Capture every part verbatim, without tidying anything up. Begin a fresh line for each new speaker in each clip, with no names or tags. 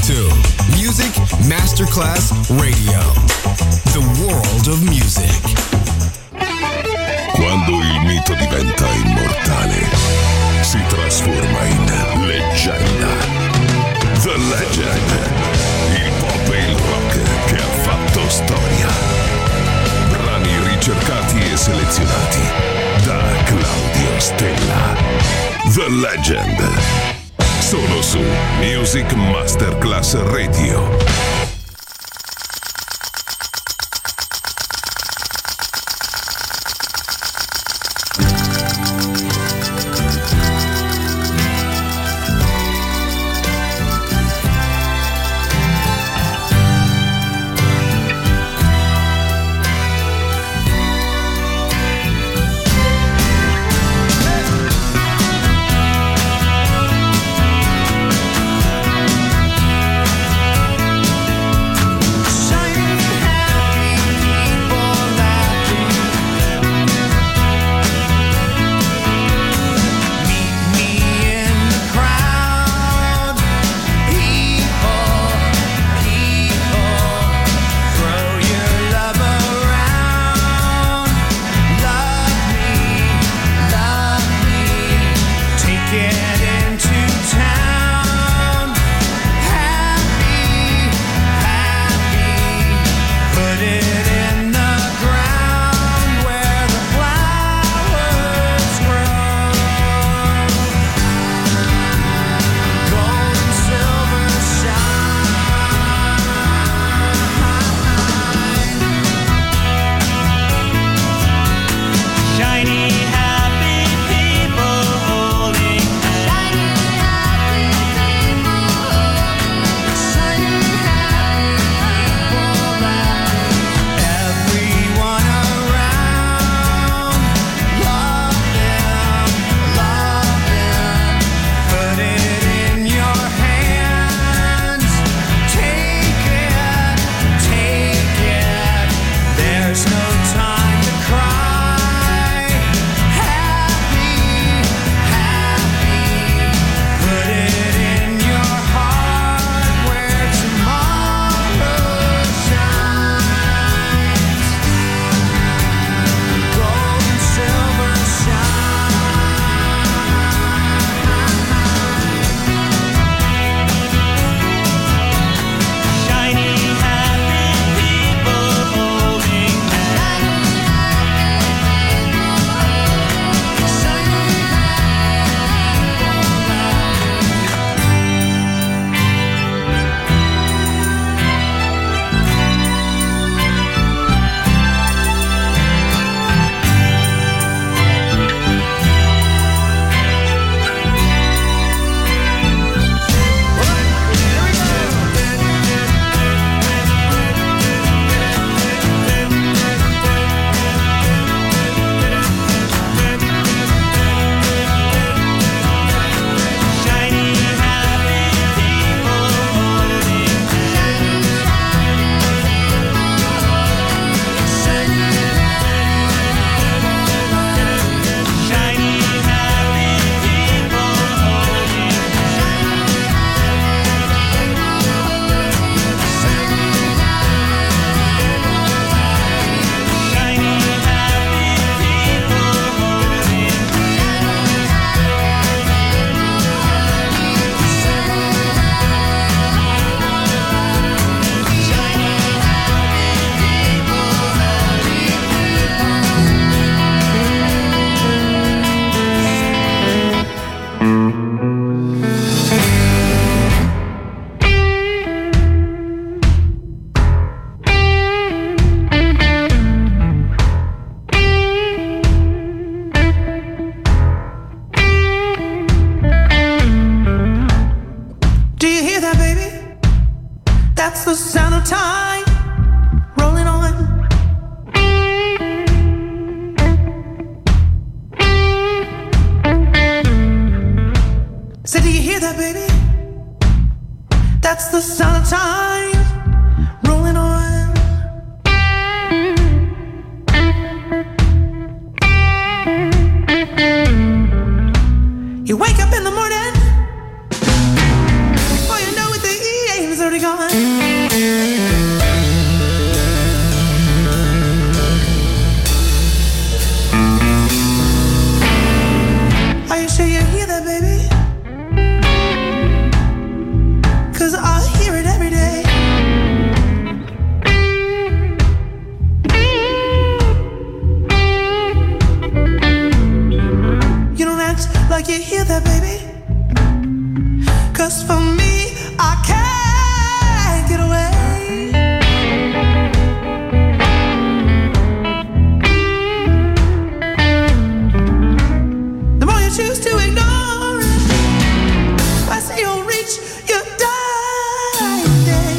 to Music Masterclass Radio. The world of music.
Quando il mito diventa immortale, si trasforma in leggenda. The Legend. Il pop e il rock che ha fatto storia. Brani ricercati e selezionati da Claudio Stella. The Legend. Solo su Music Masterclass Radio.
You wake up in the morning, before you know it, the E A's be gone. Are you sure you hear that, baby? 'Cause I hear it every day. You don't act like you hear that, baby. 'Cause for me, I can't get away. The more you choose to ignore it, I say you'll reach your dying day.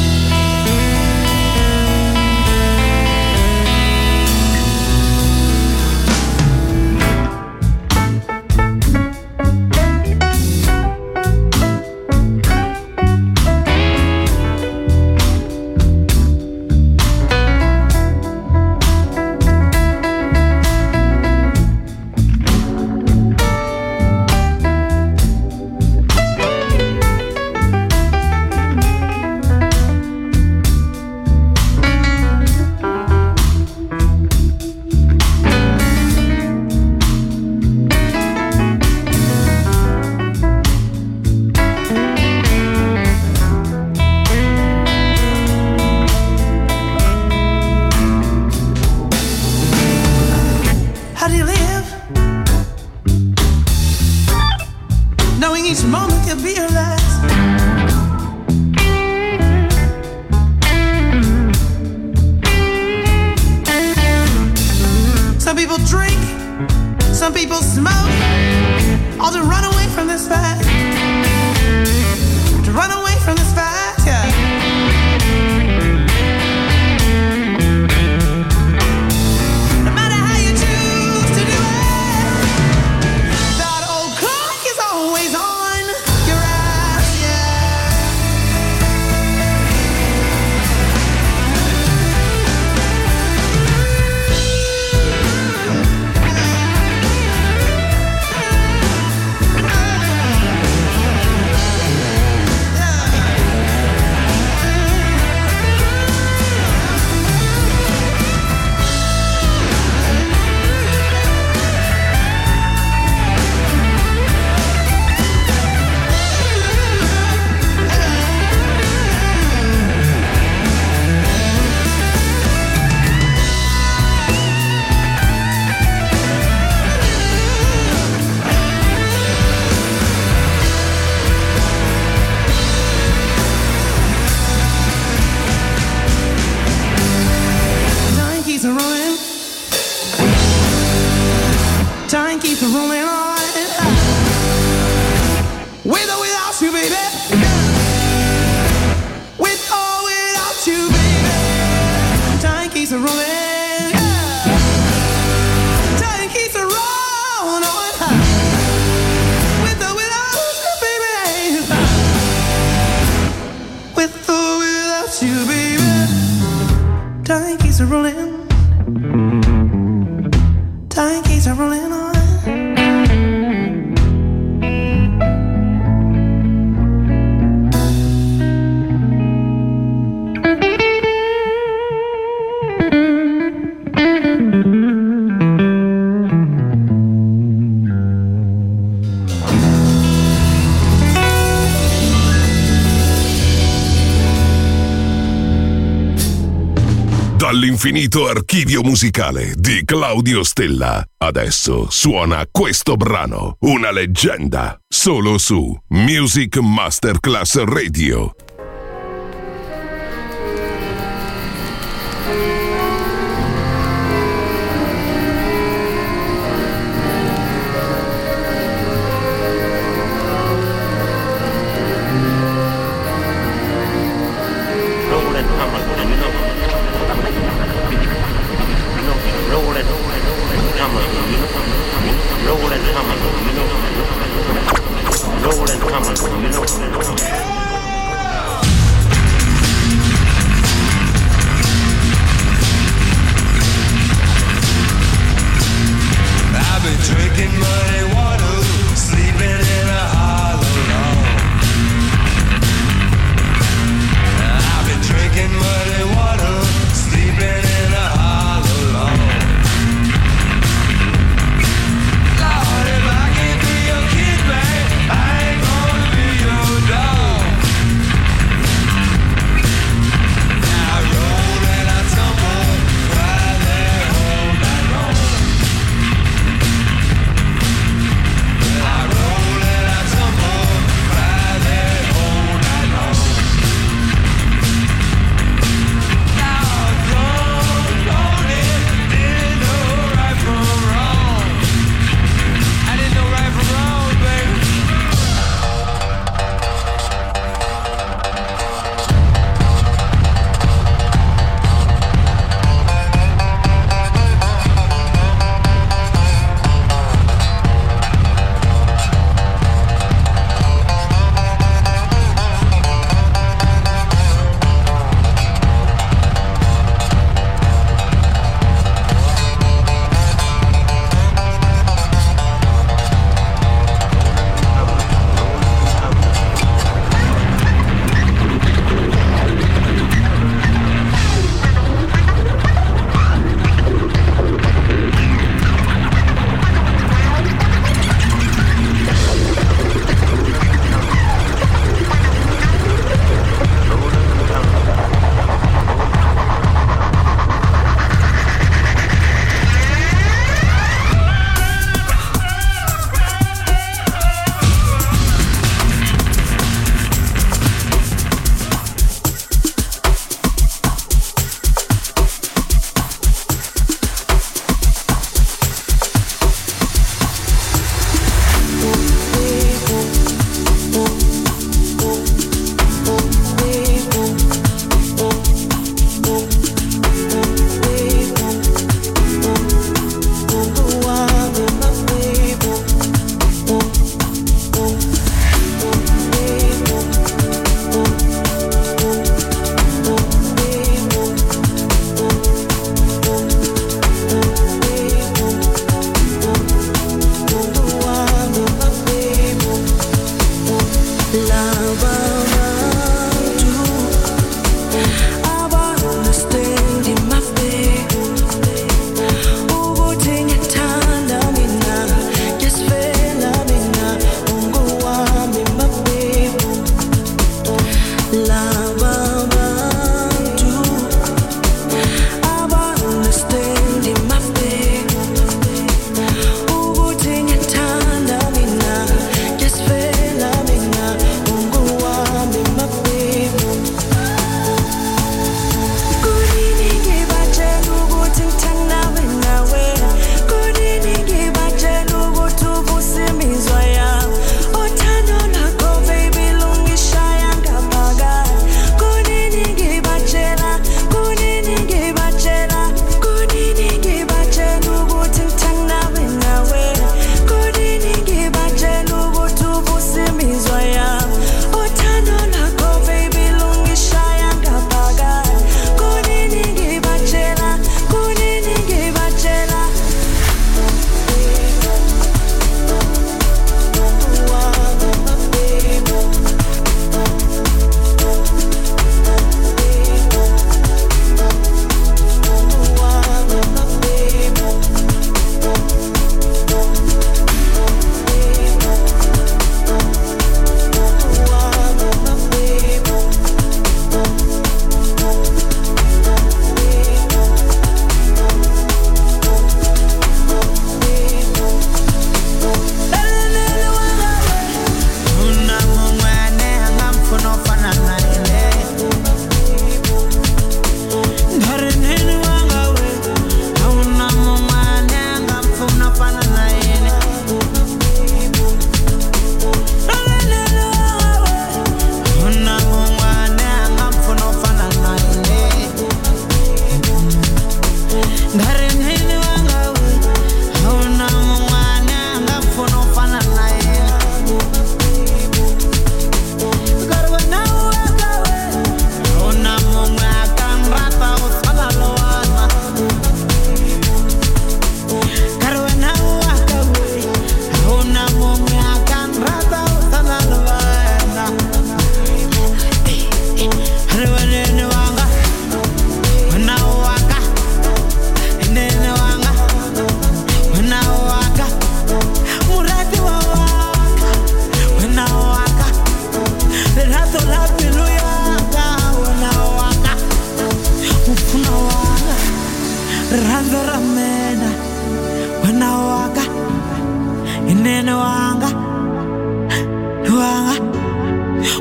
How do you live? Knowing each moment could be your last. Some people drink, some people smoke, all to run away from this fact. To run away from this fact, yeah. Time keeps rolling on. With or without you, baby. With or without you, baby. Time keeps rolling. Time keeps rolling on. With or without you, baby. With or without you, baby. Time keeps rolling. Time keeps rolling on.
Dall'infinito archivio musicale di Claudio Stella. Adesso suona questo brano, una leggenda, solo su Music Masterclass Radio.
Rolling, come on, you know.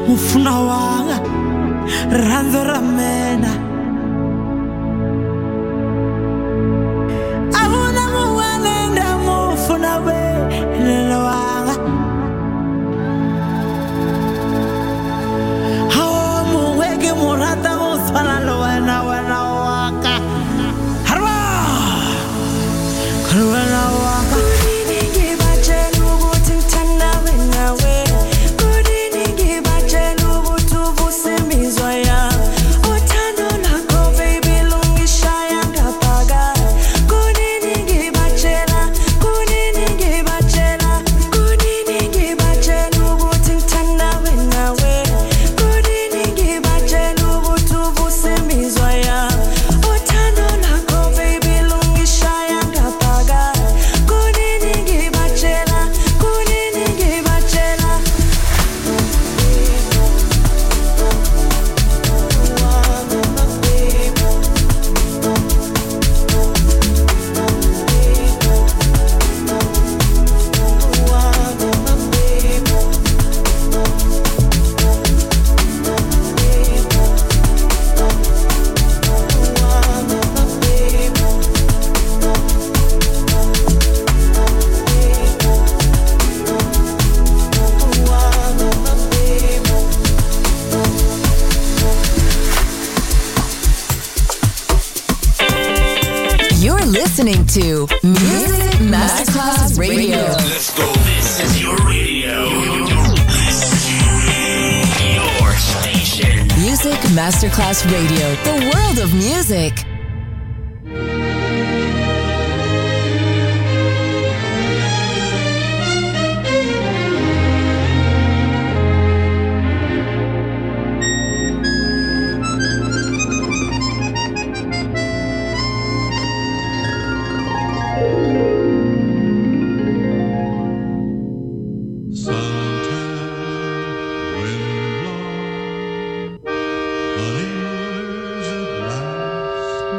mufuna wanga rhandzu ra mina a wu na mun'wana nda mufuna wena wanga hawo muweke murata wo tshwana le wena wena waka harwa wena waka
Listening to Music Masterclass Radio.
Let's go. This is your radio. Your station.
Music Masterclass Radio. The world of music.
But it was at last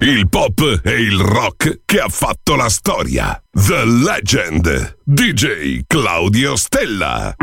il pop e il rock che ha fatto la storia. The Legend, D J Claudio Stella.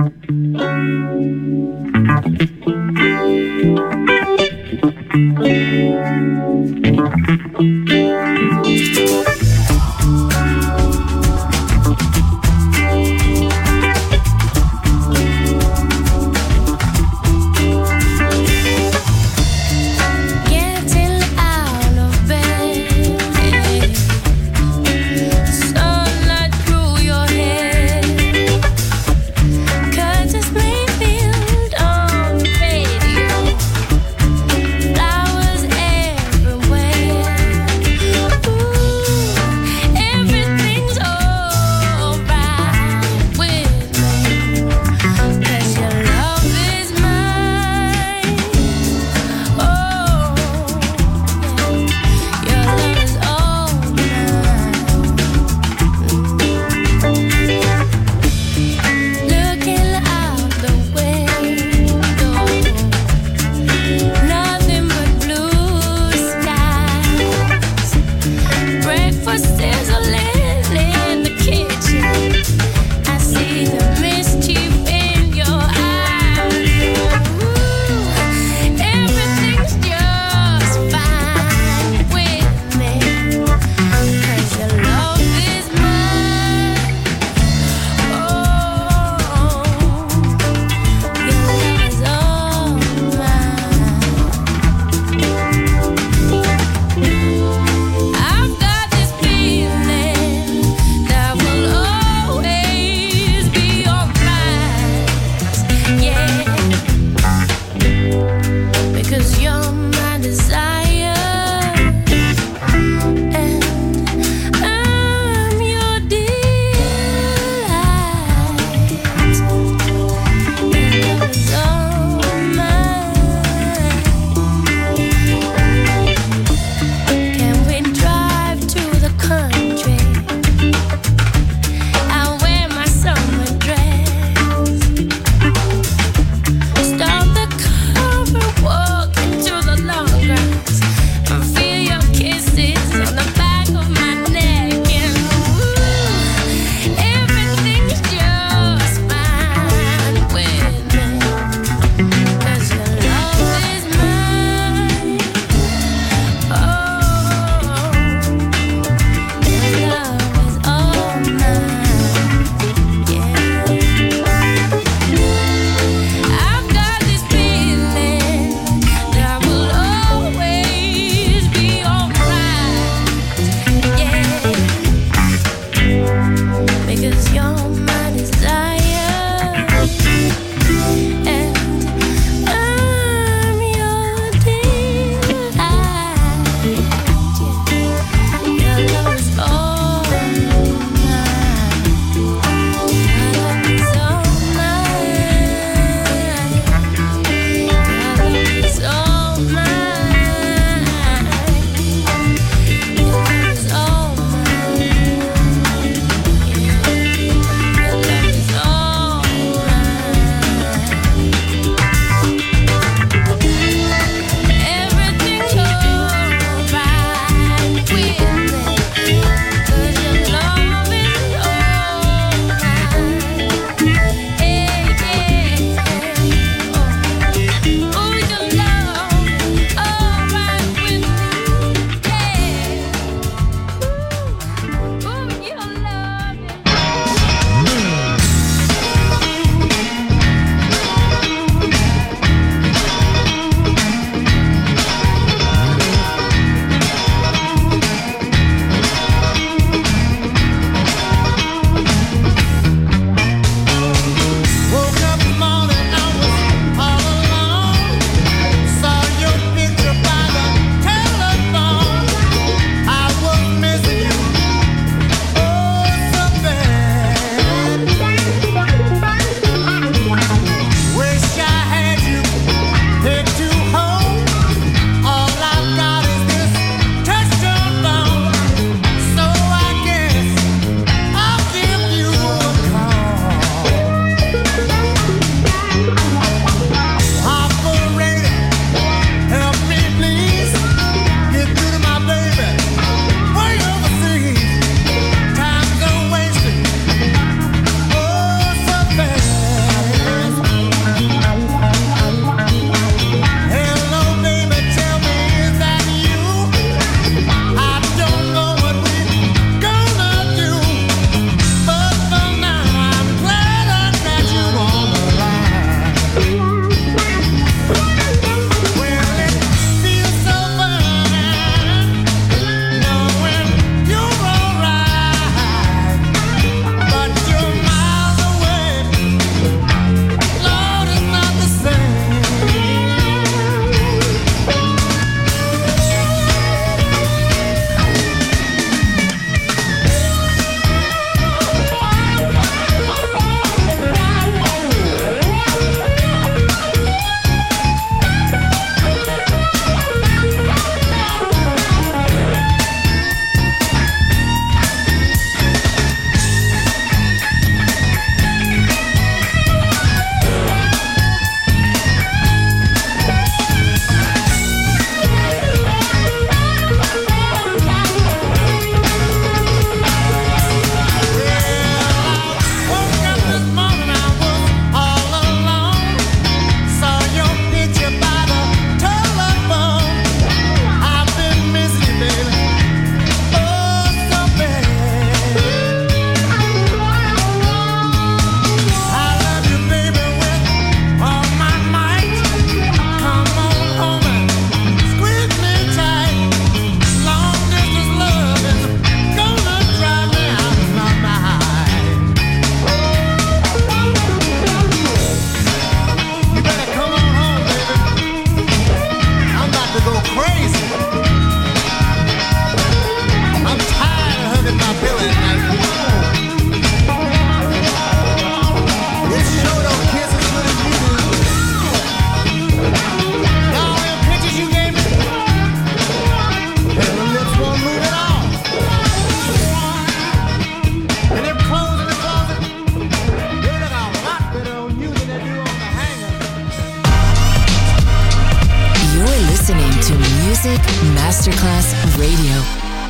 Music Masterclass Radio.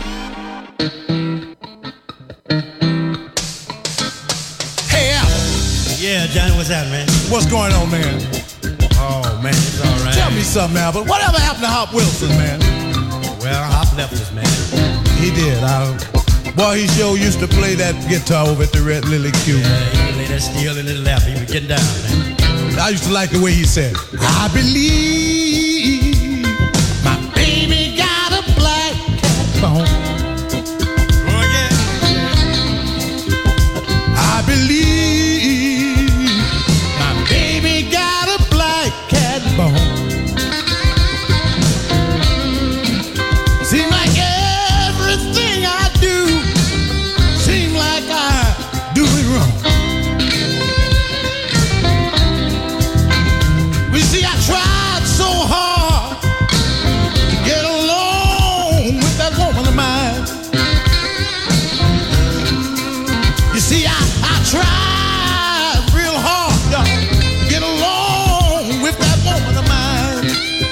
Hey, Al.
Yeah, Johnny, what's happening, man?
What's going on, man?
Oh, man, it's all right.
Tell me something, Albert. Whatever happened to Hop Wilson, man?
Well, Hop left us, man.
He did. I, boy, he sure used to play that guitar over at the Red Lily Q.
Yeah, he lay that steel in his lap. He was getting down, man.
I used to like the way he said, I believe my baby got a black cat bone.
Oh, yeah.
I believe my baby got a black cat bone. Seem like everything I do, seem like I do it wrong. We see I tried so hard to get along with that woman of mine. You see, I, I tried real hard to get along with that woman of mine.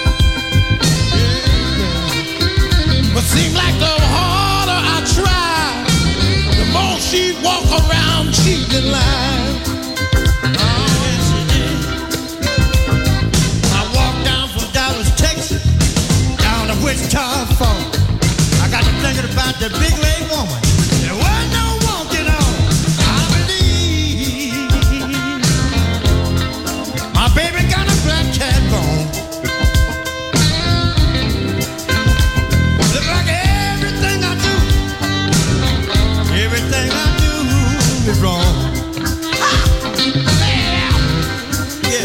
But seemed like the harder I tried, the more she'd walk around cheating line. Oh, yes, she did. I walked down from Dallas, Texas, down to Wichita Falls. I got to thinking about that big leg woman. There wasn't no walking on. I believe my baby got a black cat bone. Look like everything I do, everything I do is wrong. Ah! Yeah.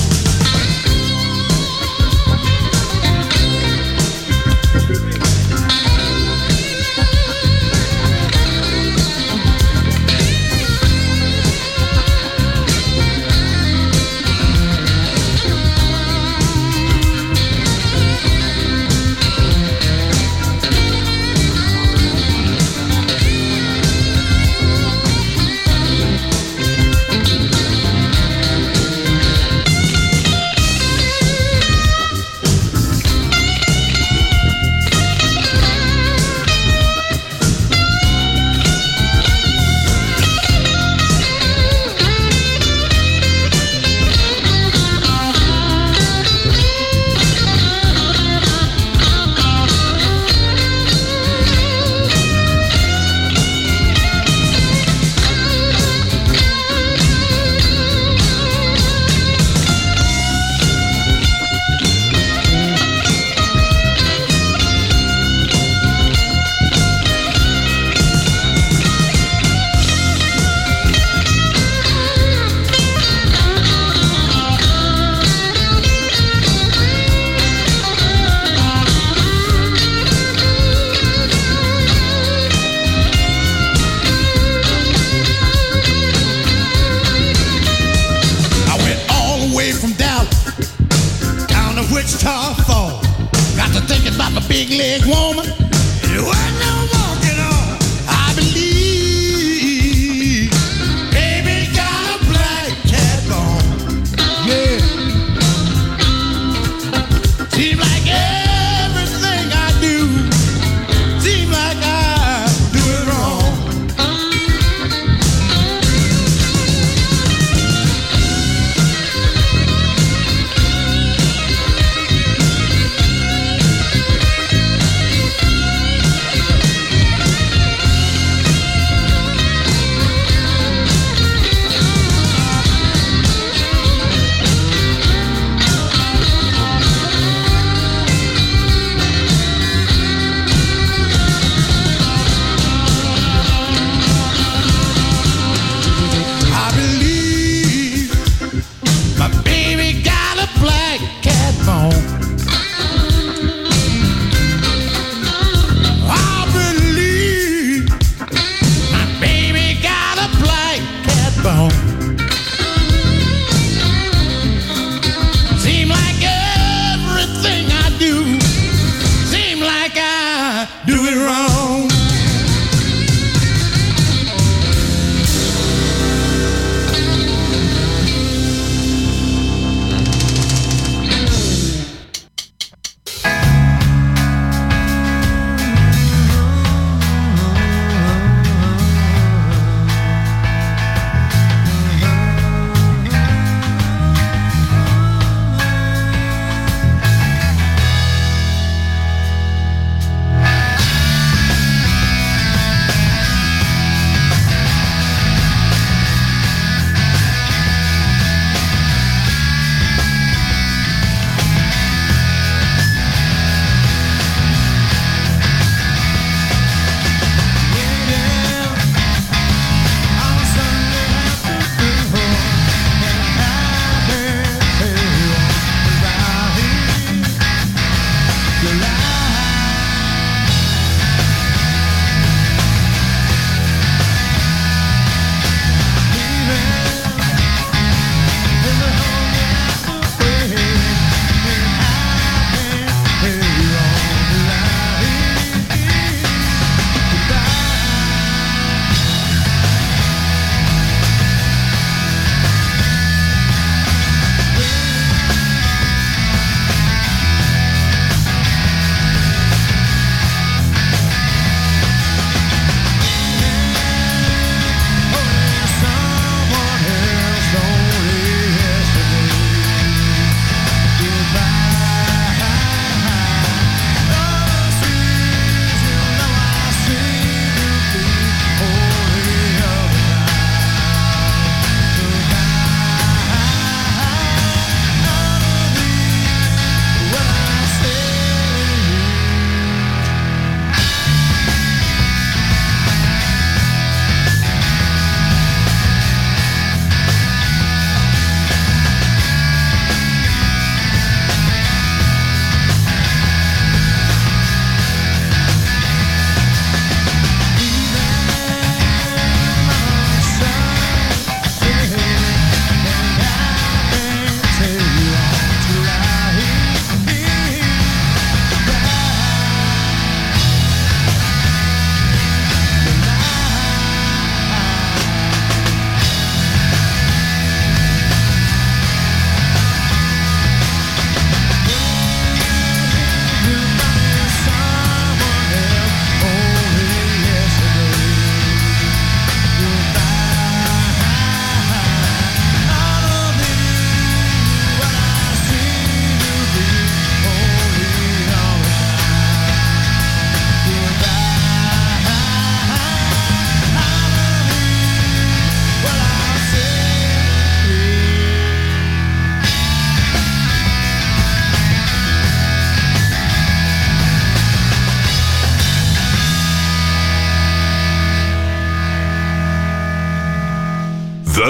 Wichita Falls. Got to thinking about the big leg woman. There wasn't no walking on. I believe baby got a black cat bone. Yeah. Seems like everything I do, seems like I do it wrong.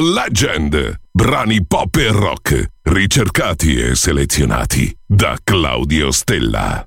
Legend. Brani pop e rock, ricercati e selezionati da Claudio Stella.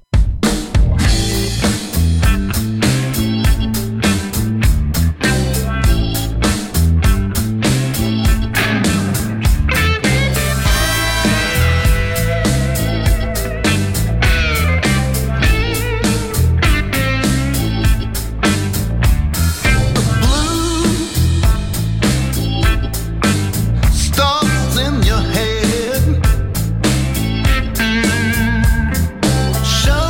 Show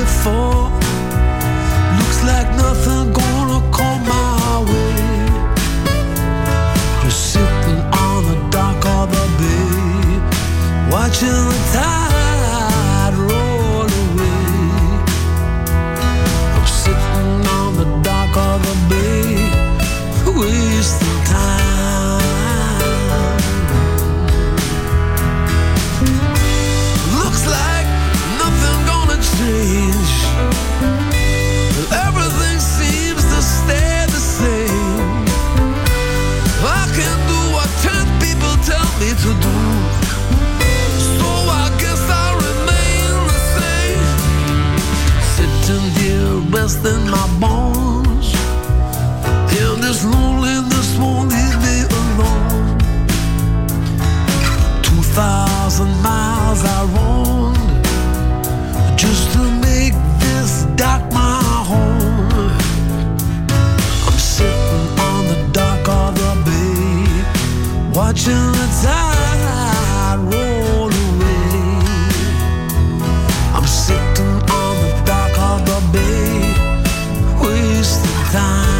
before. Looks like nothing gonna come my way. Just sitting on the dock of the bay, watching the tide roll away. I'm sitting on the dock of the bay, wasting time. Looks like nothing gonna change. Everything seems to stay the same. I can do what ten people tell me to do, so I guess I'll remain the same. Sitting here resting my bones, and this loneliness won't leave me alone. Two thousand miles I roamed just to make this dock my home. I'm sitting on the dock of the bay, watching the tide roll away. I'm sitting on the dock of the bay, wasting time.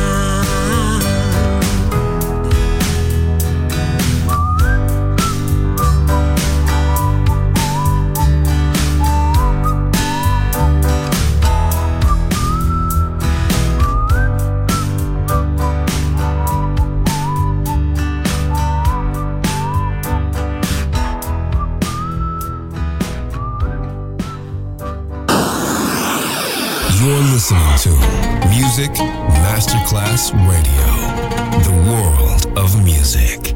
You're listening to Music Masterclass Radio, the world of music.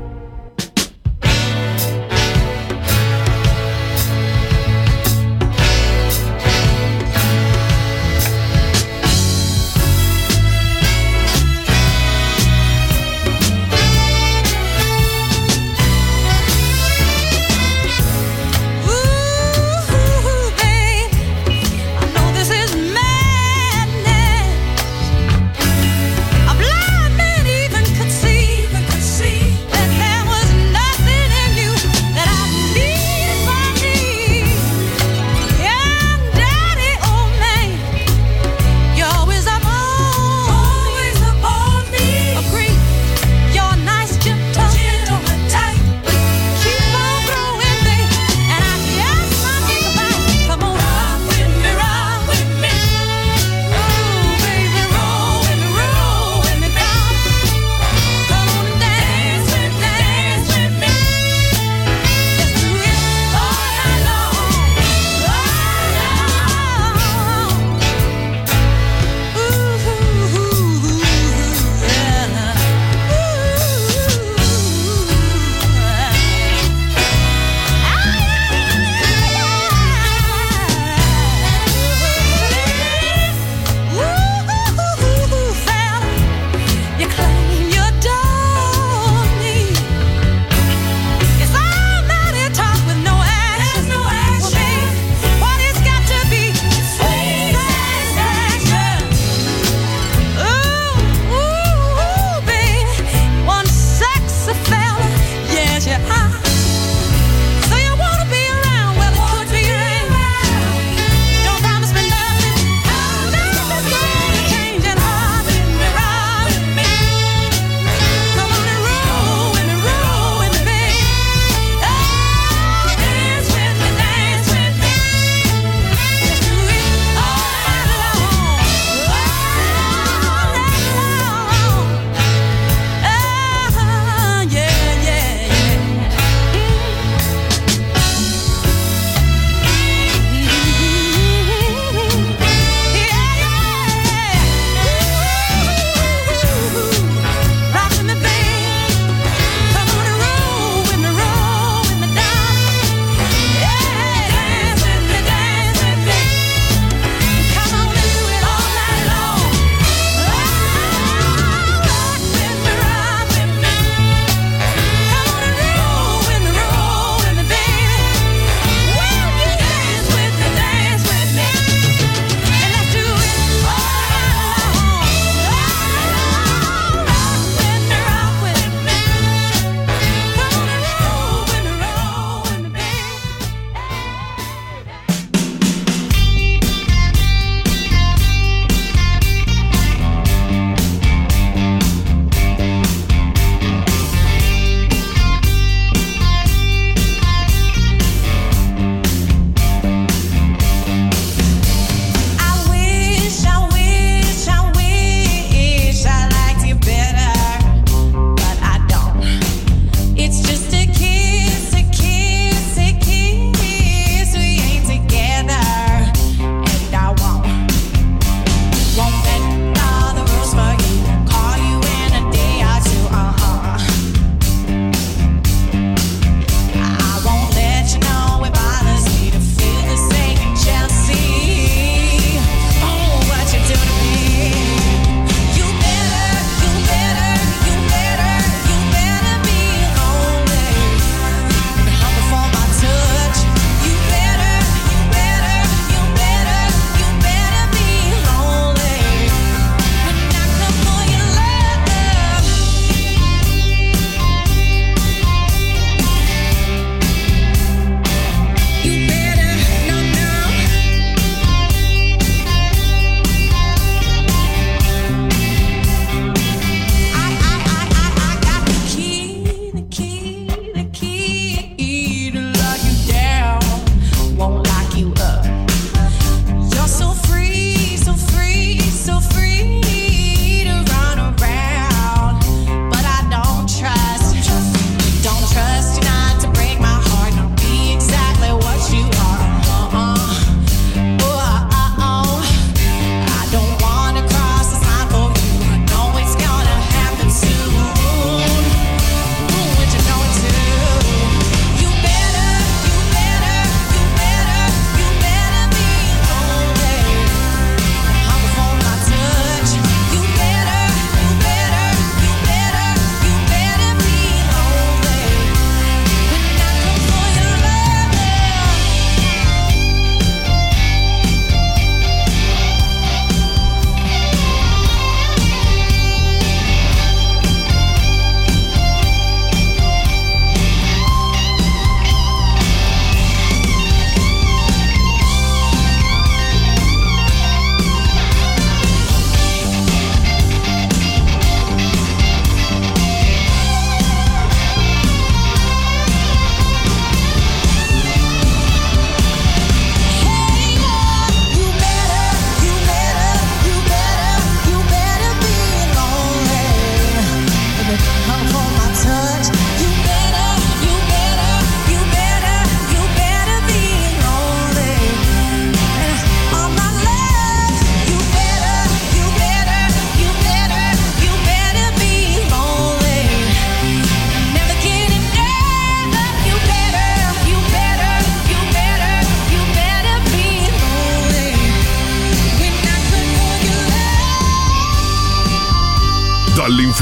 Even could see, could see that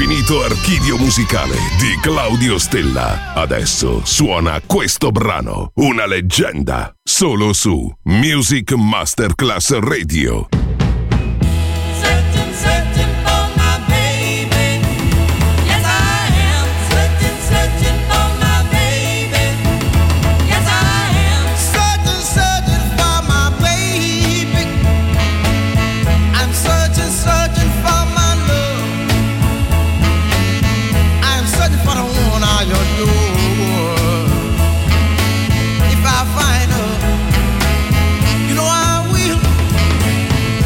l'infinito archivio musicale di Claudio Stella. Adesso suona questo brano, una leggenda, solo su Music Masterclass Radio.
If I find her, you know I will.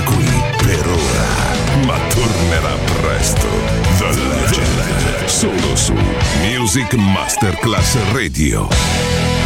qui per ora, ma tornerà presto. The Legend, solo su Music Masterclass Radio.